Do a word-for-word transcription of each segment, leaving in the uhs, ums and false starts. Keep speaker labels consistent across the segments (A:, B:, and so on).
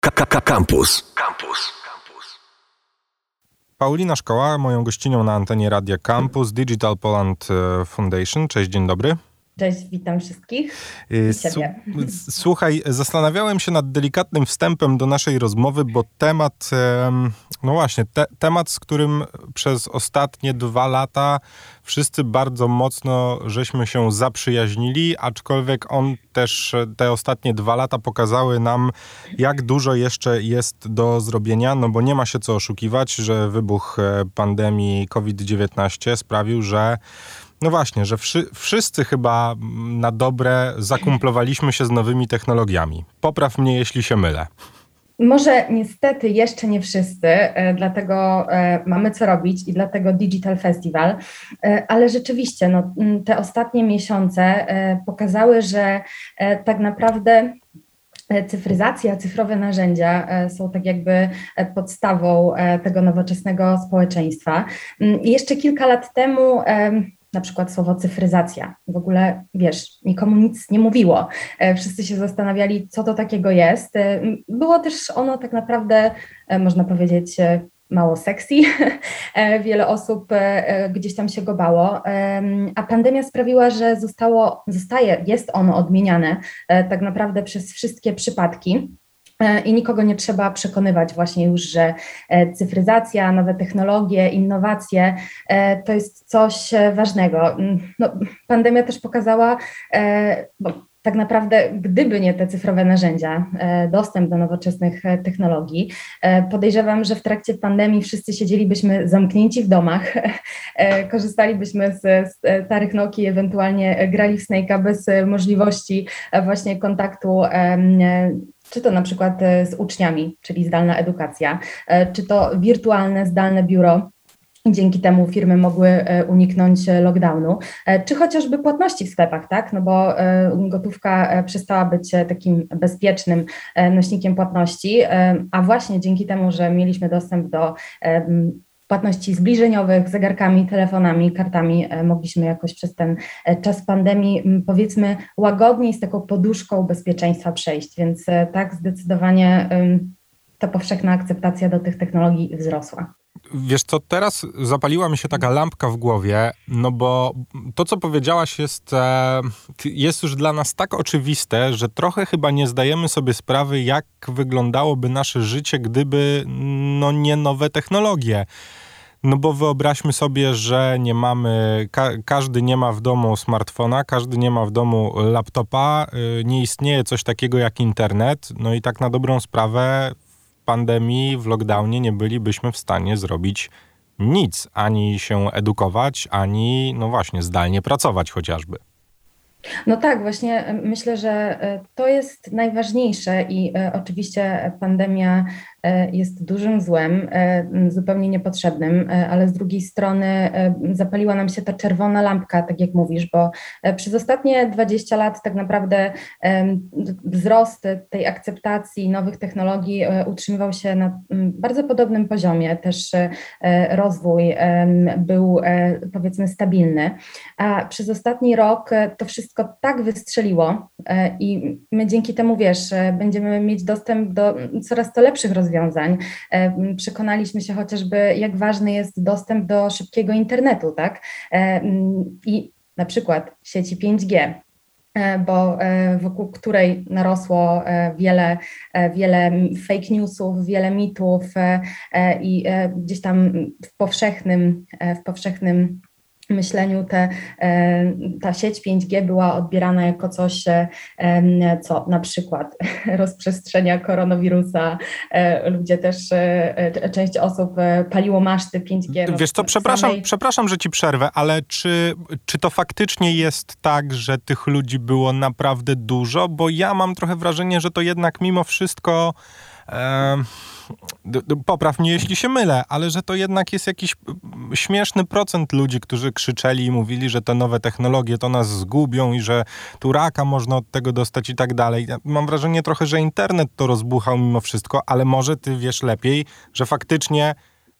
A: Campus. Campus.
B: Paulina Szkoła, moją gościnią na antenie Radia Campus, Digital Poland Foundation. Cześć, dzień dobry.
C: Cześć, witam wszystkich i ciebie.
B: Słuchaj, zastanawiałem się nad delikatnym wstępem do naszej rozmowy, bo temat, no właśnie, te, temat, z którym przez ostatnie dwa lata wszyscy bardzo mocno żeśmy się zaprzyjaźnili, aczkolwiek on też, te ostatnie dwa lata pokazały nam, jak dużo jeszcze jest do zrobienia, no bo nie ma się co oszukiwać, że wybuch pandemii kowid dziewiętnaście sprawił, że no właśnie, że wszy, wszyscy chyba na dobre zakumplowaliśmy się z nowymi technologiami. Popraw mnie, jeśli się mylę.
C: Może niestety jeszcze nie wszyscy, dlatego mamy co robić i dlatego Digital Festival, ale rzeczywiście no, te ostatnie miesiące pokazały, że tak naprawdę cyfryzacja, cyfrowe narzędzia są tak jakby podstawą tego nowoczesnego społeczeństwa. I jeszcze kilka lat temu na przykład słowo cyfryzacja. W ogóle, wiesz, nikomu nic nie mówiło. Wszyscy się zastanawiali, co to takiego jest. Było też ono tak naprawdę, można powiedzieć, mało sexy. Wiele osób gdzieś tam się go bało, a pandemia sprawiła, że zostało, zostaje, jest ono odmieniane tak naprawdę przez wszystkie przypadki. I nikogo nie trzeba przekonywać właśnie już, że cyfryzacja, nowe technologie, innowacje to jest coś ważnego. No, pandemia też pokazała, bo tak naprawdę gdyby nie te cyfrowe narzędzia, dostęp do nowoczesnych technologii, podejrzewam, że w trakcie pandemii wszyscy siedzielibyśmy zamknięci w domach, korzystalibyśmy z starych Nokii, ewentualnie grali w Snake'a bez możliwości właśnie kontaktu, czy to na przykład z uczniami, czyli zdalna edukacja, czy to wirtualne, zdalne biuro. Dzięki temu firmy mogły uniknąć lockdownu, czy chociażby płatności w sklepach, tak? No bo gotówka przestała być takim bezpiecznym nośnikiem płatności, a właśnie dzięki temu, że mieliśmy dostęp do płatności zbliżeniowych, zegarkami, telefonami, kartami, mogliśmy jakoś przez ten czas pandemii, powiedzmy, łagodniej z taką poduszką bezpieczeństwa przejść, więc tak, zdecydowanie ta powszechna akceptacja do tych technologii wzrosła.
B: Wiesz co, teraz zapaliła mi się taka lampka w głowie, no bo to, co powiedziałaś, jest, jest już dla nas tak oczywiste, że trochę chyba nie zdajemy sobie sprawy, jak wyglądałoby nasze życie, gdyby no nie nowe technologie. No bo wyobraźmy sobie, że nie mamy, ka- każdy nie ma w domu smartfona, każdy nie ma w domu laptopa, yy, nie istnieje coś takiego jak internet, no i tak na dobrą sprawę pandemii, w lockdownie nie bylibyśmy w stanie zrobić nic, ani się edukować, ani, no właśnie, zdalnie pracować chociażby.
C: No tak, właśnie myślę, że to jest najważniejsze i oczywiście pandemia jest dużym złem, zupełnie niepotrzebnym, ale z drugiej strony zapaliła nam się ta czerwona lampka, tak jak mówisz, bo przez ostatnie dwadzieścia lat tak naprawdę wzrost tej akceptacji nowych technologii utrzymywał się na bardzo podobnym poziomie, też rozwój był, powiedzmy, stabilny, a przez ostatni rok to wszystko tak wystrzeliło i my dzięki temu, wiesz, będziemy mieć dostęp do coraz to lepszych rozwiązań. Przekonaliśmy się chociażby, jak ważny jest dostęp do szybkiego internetu, tak? I na przykład sieci pięć G, bo wokół której narosło wiele, wiele fake newsów, wiele mitów i gdzieś tam w powszechnym, w powszechnym myśleniu te, ta sieć pięć G była odbierana jako coś, co na przykład rozprzestrzenia koronawirusa. Ludzie też, część osób paliło maszty pięć G.
B: Wiesz co, przepraszam, samej... przepraszam, że ci przerwę, ale czy, czy to faktycznie jest tak, że tych ludzi było naprawdę dużo? Bo ja mam trochę wrażenie, że to jednak mimo wszystko... E... Popraw mnie, jeśli się mylę, ale że to jednak jest jakiś śmieszny procent ludzi, którzy krzyczeli i mówili, że te nowe technologie to nas zgubią i że tu raka można od tego dostać i tak dalej. Mam wrażenie trochę, że internet to rozbuchał mimo wszystko, ale może ty wiesz lepiej, że faktycznie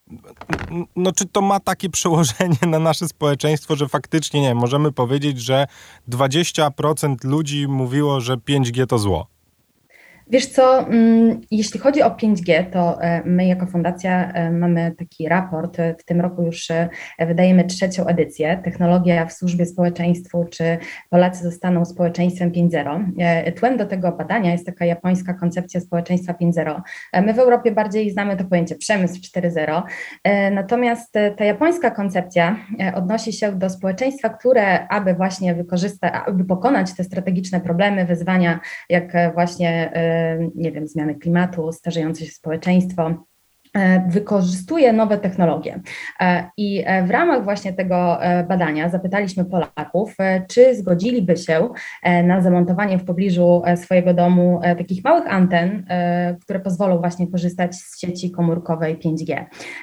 B: no czy to ma takie przełożenie na nasze społeczeństwo, że faktycznie, nie, możemy powiedzieć, że dwadzieścia procent ludzi mówiło, że pięć G to zło.
C: Wiesz co, jeśli chodzi o pięć G, to my jako fundacja mamy taki raport, w tym roku już wydajemy trzecią edycję, Technologia w służbie społeczeństwu, czy Polacy zostaną społeczeństwem pięć zero. Tłem do tego badania jest taka japońska koncepcja społeczeństwa pięć zero. My w Europie bardziej znamy to pojęcie przemysł cztery zero, natomiast ta japońska koncepcja odnosi się do społeczeństwa, które aby właśnie wykorzystać, aby pokonać te strategiczne problemy, wyzwania, jak właśnie nie wiem, zmiany klimatu, starzejące się społeczeństwo, wykorzystuje nowe technologie. I w ramach właśnie tego badania zapytaliśmy Polaków, czy zgodziliby się na zamontowanie w pobliżu swojego domu takich małych anten, które pozwolą właśnie korzystać z sieci komórkowej pięć G.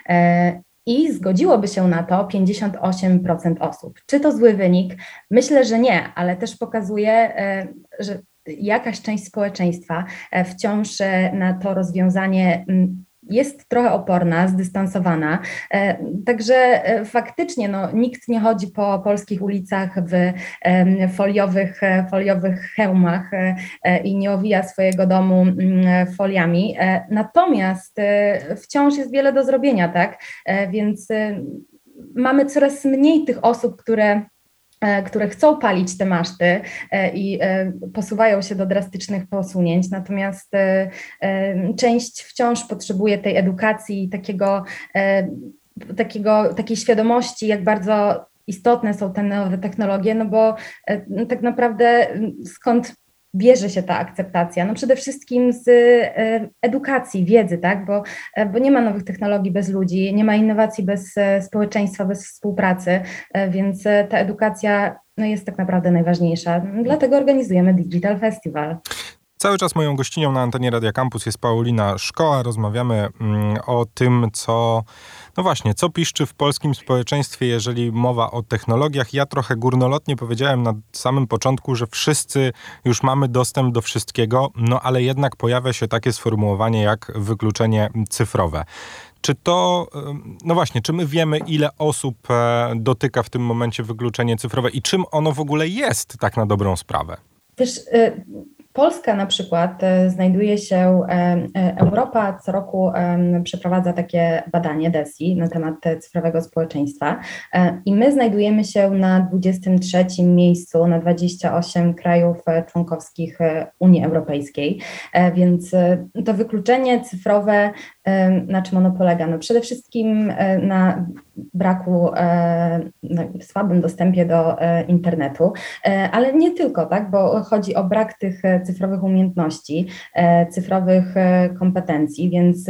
C: I zgodziłoby się na to pięćdziesiąt osiem procent osób. Czy to zły wynik? Myślę, że nie, ale też pokazuje, że jakaś część społeczeństwa wciąż na to rozwiązanie jest trochę oporna, zdystansowana. Także faktycznie no, nikt nie chodzi po polskich ulicach w foliowych, foliowych hełmach i nie owija swojego domu foliami. Natomiast wciąż jest wiele do zrobienia, tak? Więc mamy coraz mniej tych osób, które które chcą palić te maszty i posuwają się do drastycznych posunięć, natomiast część wciąż potrzebuje tej edukacji i takiego, takiego, takiej świadomości, jak bardzo istotne są te nowe technologie, no bo tak naprawdę skąd bierze się ta akceptacja? No przede wszystkim z edukacji, wiedzy, tak? Bo, bo nie ma nowych technologii bez ludzi, nie ma innowacji bez społeczeństwa, bez współpracy, więc ta edukacja no, jest tak naprawdę najważniejsza. Dlatego organizujemy Digital Festival.
B: Cały czas moją gościnią na antenie Radia Campus jest Paulina Szkoła. Rozmawiamy mm, o tym, co, no właśnie, co piszczy w polskim społeczeństwie, jeżeli mowa o technologiach. Ja trochę górnolotnie powiedziałem na samym początku, że wszyscy już mamy dostęp do wszystkiego, no ale jednak pojawia się takie sformułowanie jak wykluczenie cyfrowe. Czy to, no właśnie, czy my wiemy, ile osób dotyka w tym momencie wykluczenie cyfrowe i czym ono w ogóle jest, tak na dobrą sprawę?
C: Wiesz, y- Polska na przykład znajduje się, Europa co roku przeprowadza takie badanie D E S I na temat cyfrowego społeczeństwa i my znajdujemy się na dwudziestym trzecim miejscu na dwadzieścia osiem krajów członkowskich Unii Europejskiej, więc to wykluczenie cyfrowe, na czym ono polega? No przede wszystkim na braku, na słabym dostępie do internetu, ale nie tylko, tak, bo chodzi o brak tych cyfrowych umiejętności, cyfrowych kompetencji, więc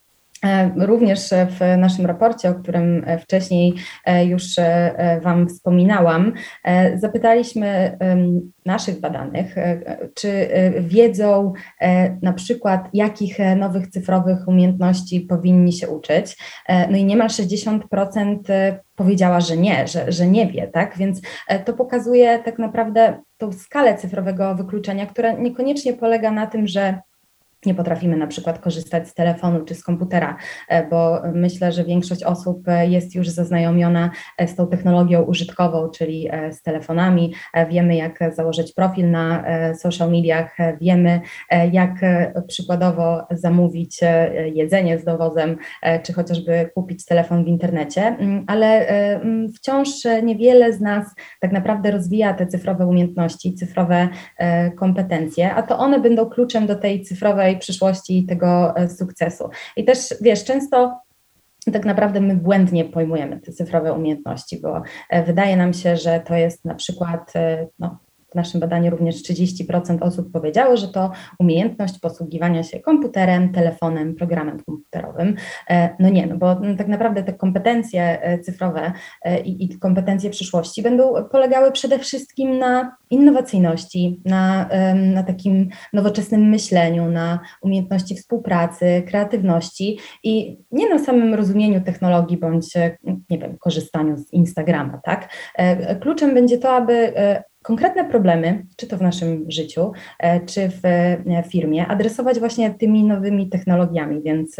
C: również w naszym raporcie, o którym wcześniej już Wam wspominałam, zapytaliśmy naszych badanych, czy wiedzą na przykład, jakich nowych cyfrowych umiejętności powinni się uczyć. No i niemal sześćdziesiąt procent powiedziała, że nie, że, że nie wie, tak? Więc to pokazuje tak naprawdę tą skalę cyfrowego wykluczenia, która niekoniecznie polega na tym, że nie potrafimy na przykład korzystać z telefonu czy z komputera, bo myślę, że większość osób jest już zaznajomiona z tą technologią użytkową, czyli z telefonami. Wiemy, jak założyć profil na social mediach, wiemy, jak przykładowo zamówić jedzenie z dowozem, czy chociażby kupić telefon w internecie, ale wciąż niewiele z nas tak naprawdę rozwija te cyfrowe umiejętności, cyfrowe kompetencje, a to one będą kluczem do tej cyfrowej przyszłości i tego sukcesu. I też, wiesz, często tak naprawdę my błędnie pojmujemy te cyfrowe umiejętności, bo wydaje nam się, że to jest na przykład, no, w naszym badaniu również trzydzieści procent osób powiedziało, że to umiejętność posługiwania się komputerem, telefonem, programem komputerowym. No nie, no bo tak naprawdę te kompetencje cyfrowe i, i kompetencje przyszłości będą polegały przede wszystkim na innowacyjności, na, na takim nowoczesnym myśleniu, na umiejętności współpracy, kreatywności i nie na samym rozumieniu technologii bądź, nie wiem, korzystaniu z Instagrama, tak? Kluczem będzie to, aby konkretne problemy, czy to w naszym życiu, czy w firmie, adresować właśnie tymi nowymi technologiami, więc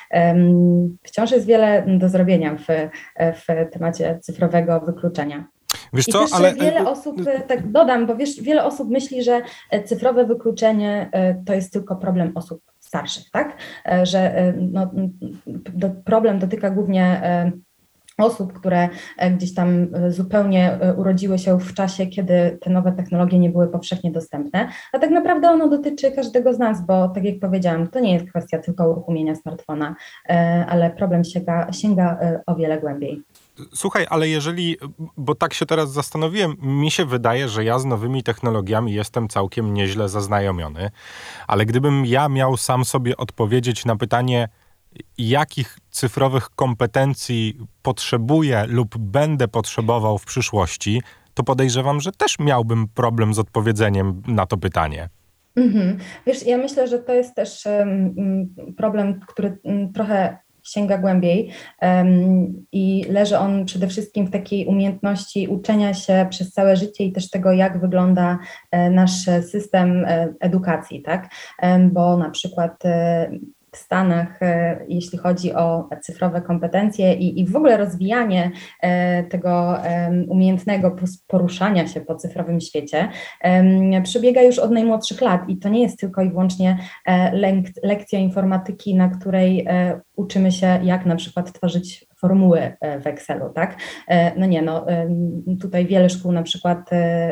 C: um, wciąż jest wiele do zrobienia w, w temacie cyfrowego wykluczenia.
B: Wiesz
C: I
B: co,
C: też
B: ale...
C: wiele osób, tak dodam, bo wiesz, wiele osób myśli, że cyfrowe wykluczenie to jest tylko problem osób starszych, tak? Że no, do, problem dotyka głównie osób, które gdzieś tam zupełnie urodziły się w czasie, kiedy te nowe technologie nie były powszechnie dostępne, a tak naprawdę ono dotyczy każdego z nas, bo tak jak powiedziałam, to nie jest kwestia tylko uruchomienia smartfona, ale problem sięga, sięga o wiele głębiej.
B: Słuchaj, ale jeżeli, bo tak się teraz zastanowiłem, mi się wydaje, że ja z nowymi technologiami jestem całkiem nieźle zaznajomiony, ale gdybym ja miał sam sobie odpowiedzieć na pytanie, jakich cyfrowych kompetencji potrzebuję lub będę potrzebował w przyszłości, to podejrzewam, że też miałbym problem z odpowiedzeniem na to pytanie.
C: Mhm. Wiesz, ja myślę, że to jest też um, problem, który um, trochę sięga głębiej um, i leży on przede wszystkim w takiej umiejętności uczenia się przez całe życie i też tego, jak wygląda e, nasz system e, edukacji, tak? E, bo na przykład e, w Stanach, jeśli chodzi o cyfrowe kompetencje i, i w ogóle rozwijanie tego umiejętnego poruszania się po cyfrowym świecie, przebiega już od najmłodszych lat i to nie jest tylko i wyłącznie lek- lekcja informatyki, na której uczymy się, jak na przykład tworzyć formuły w Excelu, tak? No nie, no tutaj wiele szkół na przykład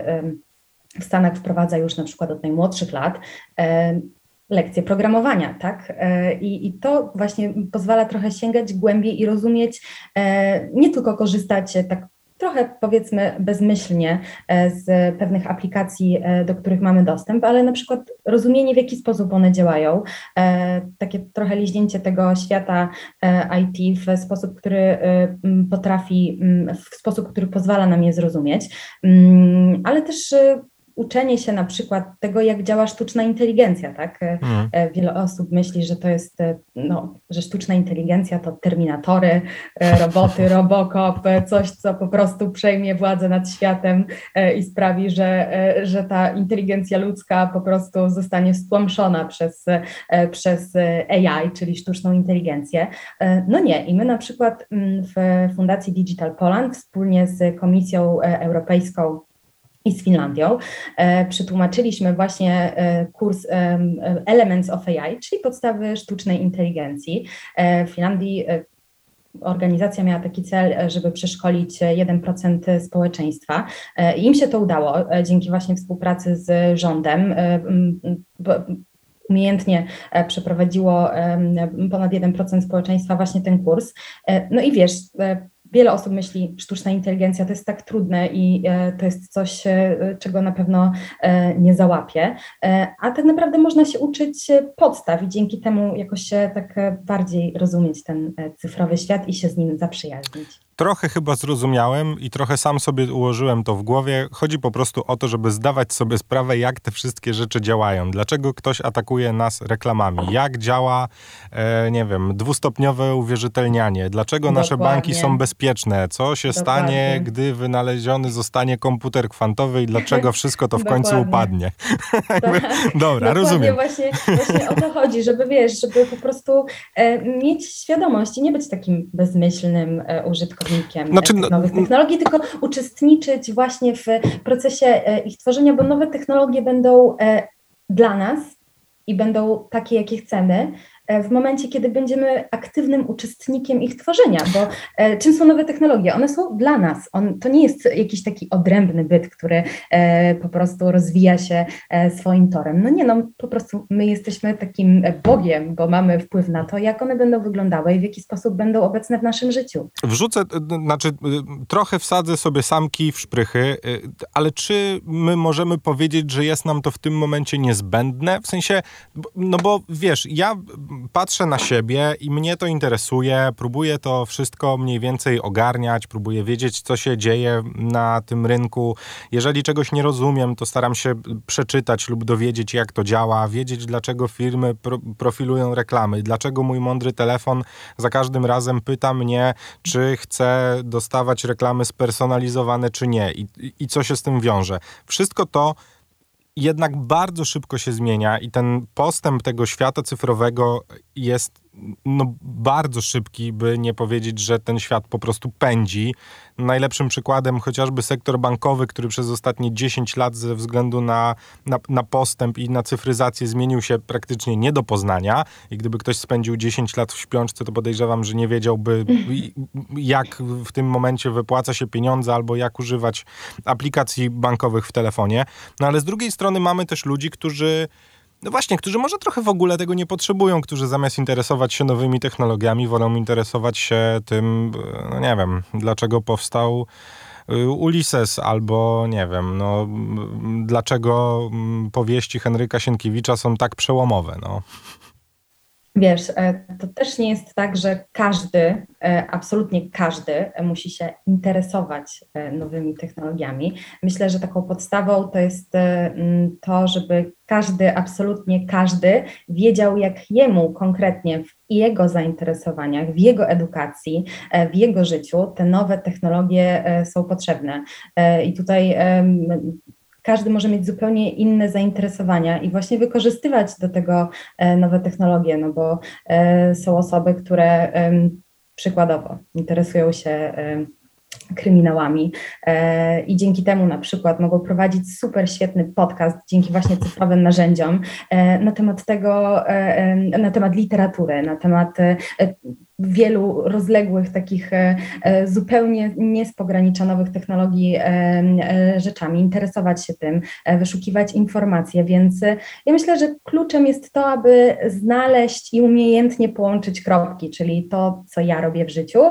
C: w Stanach wprowadza już na przykład od najmłodszych lat lekcje programowania, tak? I, I to właśnie pozwala trochę sięgać głębiej i rozumieć, nie tylko korzystać tak trochę powiedzmy bezmyślnie z pewnych aplikacji, do których mamy dostęp, ale na przykład rozumienie, w jaki sposób one działają, takie trochę liźnięcie tego świata I T w sposób, który potrafi, w sposób, który pozwala nam je zrozumieć, ale też uczenie się na przykład tego, jak działa sztuczna inteligencja, tak? Hmm. Wiele osób myśli, że to jest, no, że sztuczna inteligencja to terminatory, roboty, Robocop, coś, co po prostu przejmie władzę nad światem i sprawi, że, że ta inteligencja ludzka po prostu zostanie stłamszona przez, przez A I, czyli sztuczną inteligencję. No nie, i my na przykład w Fundacji Digital Poland wspólnie z Komisją Europejską i z Finlandią e, przetłumaczyliśmy właśnie e, kurs e, Elements of A I, czyli podstawy sztucznej inteligencji. E, w Finlandii e, organizacja miała taki cel, żeby przeszkolić jeden procent społeczeństwa e, i im się to udało e, dzięki właśnie współpracy z rządem. E, b, umiejętnie przeprowadziło ponad jeden procent społeczeństwa właśnie ten kurs. E, no i wiesz, e, wiele osób myśli, sztuczna inteligencja to jest tak trudne i to jest coś, czego na pewno nie załapie, a tak naprawdę można się uczyć podstaw i dzięki temu jakoś się tak bardziej rozumieć ten cyfrowy świat i się z nim zaprzyjaźnić.
B: Trochę chyba zrozumiałem i trochę sam sobie ułożyłem to w głowie. Chodzi po prostu o to, żeby zdawać sobie sprawę, jak te wszystkie rzeczy działają. Dlaczego ktoś atakuje nas reklamami? Jak działa, e, nie wiem, dwustopniowe uwierzytelnianie? Dlaczego Dokładnie. Nasze banki są bezpieczne? Co się Dokładnie. Stanie, gdy wynaleziony zostanie komputer kwantowy i dlaczego wszystko to w końcu upadnie? Dobra, rozumiem.
C: Właśnie, właśnie o to chodzi, żeby wiesz, żeby po prostu e, mieć świadomość i nie być takim bezmyślnym e, użytkownikiem. Znaczy, tych nowych technologii, tylko uczestniczyć właśnie w procesie ich tworzenia, bo nowe technologie będą dla nas i będą takie, jakie chcemy, w momencie, kiedy będziemy aktywnym uczestnikiem ich tworzenia, bo e, czym są nowe technologie? One są dla nas. On, to nie jest jakiś taki odrębny byt, który e, po prostu rozwija się e, swoim torem. No nie, no po prostu my jesteśmy takim Bogiem, bo mamy wpływ na to, jak one będą wyglądały i w jaki sposób będą obecne w naszym życiu.
B: Wrzucę, znaczy trochę wsadzę sobie samki w szprychy, ale czy my możemy powiedzieć, że jest nam to w tym momencie niezbędne? W sensie, no bo wiesz, ja patrzę na siebie i mnie to interesuje, próbuję to wszystko mniej więcej ogarniać, próbuję wiedzieć, co się dzieje na tym rynku. Jeżeli czegoś nie rozumiem, to staram się przeczytać lub dowiedzieć, jak to działa, wiedzieć, dlaczego firmy pro, profilują reklamy, dlaczego mój mądry telefon za każdym razem pyta mnie, czy chcę dostawać reklamy spersonalizowane, czy nie i, i co się z tym wiąże. Wszystko to jednak bardzo szybko się zmienia i ten postęp tego świata cyfrowego jest no, bardzo szybki, by nie powiedzieć, że ten świat po prostu pędzi. Najlepszym przykładem chociażby sektor bankowy, który przez ostatnie dziesięć lat ze względu na, na, na postęp i na cyfryzację zmienił się praktycznie nie do poznania. I gdyby ktoś spędził dziesięć lat w śpiączce, to podejrzewam, że nie wiedziałby, jak w tym momencie wypłaca się pieniądze albo jak używać aplikacji bankowych w telefonie. No ale z drugiej strony mamy też ludzi, którzy No właśnie, którzy może trochę w ogóle tego nie potrzebują, którzy zamiast interesować się nowymi technologiami, wolą interesować się tym, no nie wiem, dlaczego powstał Ulises, albo nie wiem, no dlaczego powieści Henryka Sienkiewicza są tak przełomowe, no.
C: Wiesz, to też nie jest tak, że każdy, absolutnie każdy musi się interesować nowymi technologiami. Myślę, że taką podstawą to jest to, żeby każdy, absolutnie każdy wiedział, jak jemu konkretnie w jego zainteresowaniach, w jego edukacji, w jego życiu te nowe technologie są potrzebne. I tutaj każdy może mieć zupełnie inne zainteresowania i właśnie wykorzystywać do tego nowe technologie, no bo są osoby, które przykładowo interesują się kryminałami i dzięki temu na przykład mogą prowadzić super świetny podcast dzięki właśnie cyfrowym narzędziom na temat tego, na temat literatury, na temat wielu rozległych, takich zupełnie niespograniczonych technologii rzeczami, interesować się tym, wyszukiwać informacje, więc ja myślę, że kluczem jest to, aby znaleźć i umiejętnie połączyć kropki, czyli to, co ja robię w życiu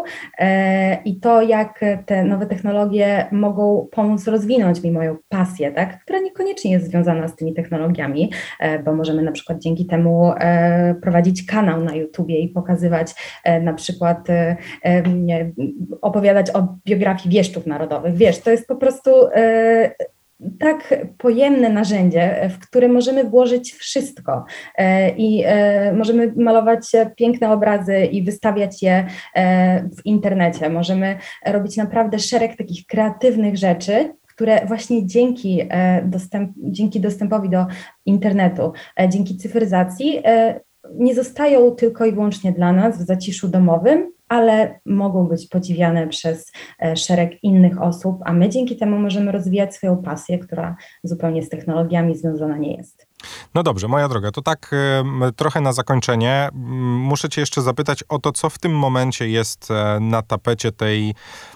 C: i to, jak te nowe technologie mogą pomóc rozwinąć mi moją pasję, tak, która niekoniecznie jest związana z tymi technologiami, bo możemy na przykład dzięki temu prowadzić kanał na YouTubie i pokazywać na przykład e, e, opowiadać o biografii wieszczów narodowych. Wiesz, to jest po prostu e, tak pojemne narzędzie, w które możemy włożyć wszystko e, i e, możemy malować piękne obrazy i wystawiać je e, w internecie. Możemy robić naprawdę szereg takich kreatywnych rzeczy, które właśnie dzięki, e, dostęp, dzięki dostępowi do internetu, e, dzięki cyfryzacji e, nie zostają tylko i wyłącznie dla nas w zaciszu domowym, ale mogą być podziwiane przez szereg innych osób, a my dzięki temu możemy rozwijać swoją pasję, która zupełnie z technologiami związana nie jest.
B: No dobrze, moja droga, to tak y, trochę na zakończenie. Muszę cię jeszcze zapytać o to, co w tym momencie jest na tapecie tej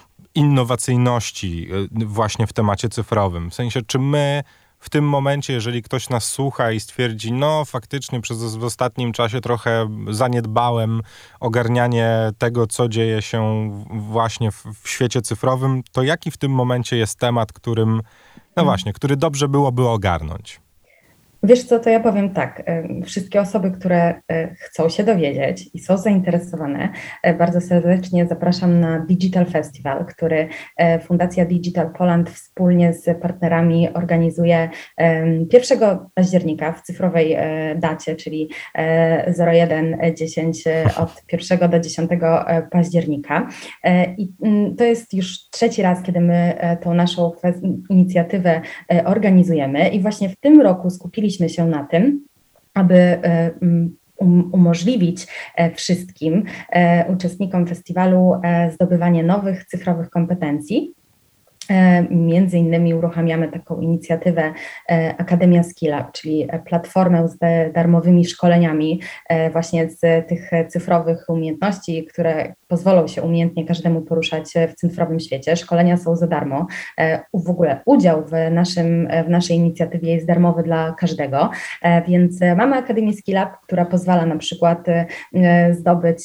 B: innowacyjności y, właśnie w temacie cyfrowym. W sensie, czy my w tym momencie, jeżeli ktoś nas słucha i stwierdzi, no faktycznie przez w ostatnim czasie trochę zaniedbałem ogarnianie tego, co dzieje się właśnie w, w świecie cyfrowym, to jaki w tym momencie jest temat, którym, no właśnie, który dobrze byłoby ogarnąć?
C: Wiesz co, to ja powiem tak, wszystkie osoby, które chcą się dowiedzieć i są zainteresowane, bardzo serdecznie zapraszam na Digital Festival, który Fundacja Digital Poland wspólnie z partnerami organizuje pierwszego października w cyfrowej dacie, czyli zero jeden dziesięć od pierwszego do dziesiątego października. I to jest już trzeci raz, kiedy my tą naszą inicjatywę organizujemy i właśnie w tym roku skupiliśmy się na tym, aby um, umożliwić wszystkim uczestnikom festiwalu zdobywanie nowych cyfrowych kompetencji. Między innymi uruchamiamy taką inicjatywę Akademia Skilla, czyli platformę z darmowymi szkoleniami właśnie z tych cyfrowych umiejętności, które pozwolą się umiejętnie każdemu poruszać w cyfrowym świecie. Szkolenia są za darmo. W ogóle udział w, naszym, w naszej inicjatywie jest darmowy dla każdego, więc mamy Akademię Skilla, która pozwala na przykład zdobyć,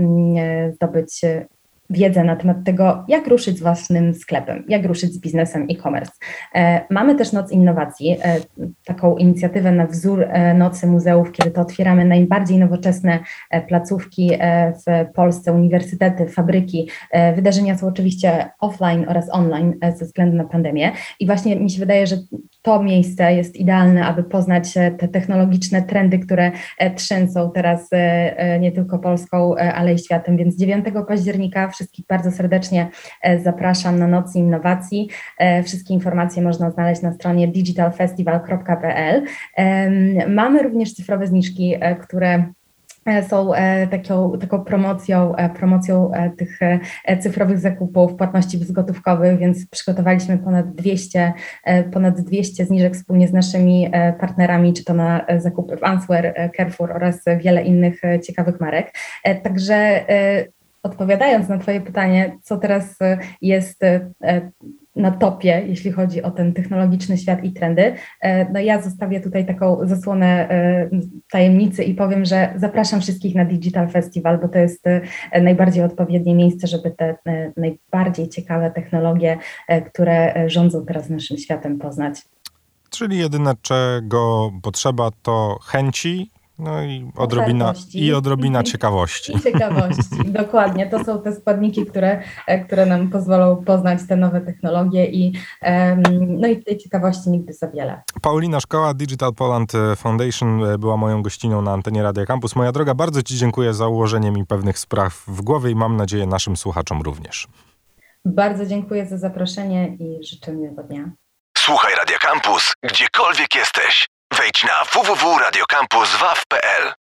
C: zdobyć wiedzę na temat tego, jak ruszyć z własnym sklepem, jak ruszyć z biznesem e-commerce. E, mamy też Noc Innowacji, e, taką inicjatywę na wzór e, Nocy Muzeów, kiedy to otwieramy najbardziej nowoczesne e, placówki e, w Polsce, uniwersytety, fabryki. E, wydarzenia są oczywiście offline oraz online e, ze względu na pandemię i właśnie mi się wydaje, że to miejsce jest idealne, aby poznać te technologiczne trendy, które e, trzęsą teraz e, nie tylko Polską, e, ale i światem, więc dziewiątego października wszystkich bardzo serdecznie zapraszam na Noc Innowacji. Wszystkie informacje można znaleźć na stronie digital festival kropka p l. Mamy również cyfrowe zniżki, które są taką, taką promocją, promocją tych cyfrowych zakupów, płatności bezgotówkowych, więc przygotowaliśmy ponad dwieście, ponad dwieście zniżek wspólnie z naszymi partnerami, czy to na zakupy w Answer, Carrefour oraz wiele innych ciekawych marek. Także odpowiadając na Twoje pytanie, co teraz jest na topie, jeśli chodzi o ten technologiczny świat i trendy, no ja zostawię tutaj taką zasłonę tajemnicy i powiem, że zapraszam wszystkich na Digital Festival, bo to jest najbardziej odpowiednie miejsce, żeby te najbardziej ciekawe technologie, które rządzą teraz naszym światem, poznać.
B: Czyli jedyne, czego potrzeba, to chęci, no i odrobina, i odrobina ciekawości.
C: I ciekawości, dokładnie. To są te składniki, które, które nam pozwolą poznać te nowe technologie i, no i tej ciekawości nigdy za wiele.
B: Paulina Szkoła, Digital Poland Foundation była moją gościnią na antenie Radia Campus. Moja droga, bardzo Ci dziękuję za ułożenie mi pewnych spraw w głowie i mam nadzieję naszym słuchaczom również.
C: Bardzo dziękuję za zaproszenie i życzę miłego dnia.
A: Słuchaj Radia Campus, gdziekolwiek jesteś. Wejdź na w w w kropka radio campus waw kropka p l.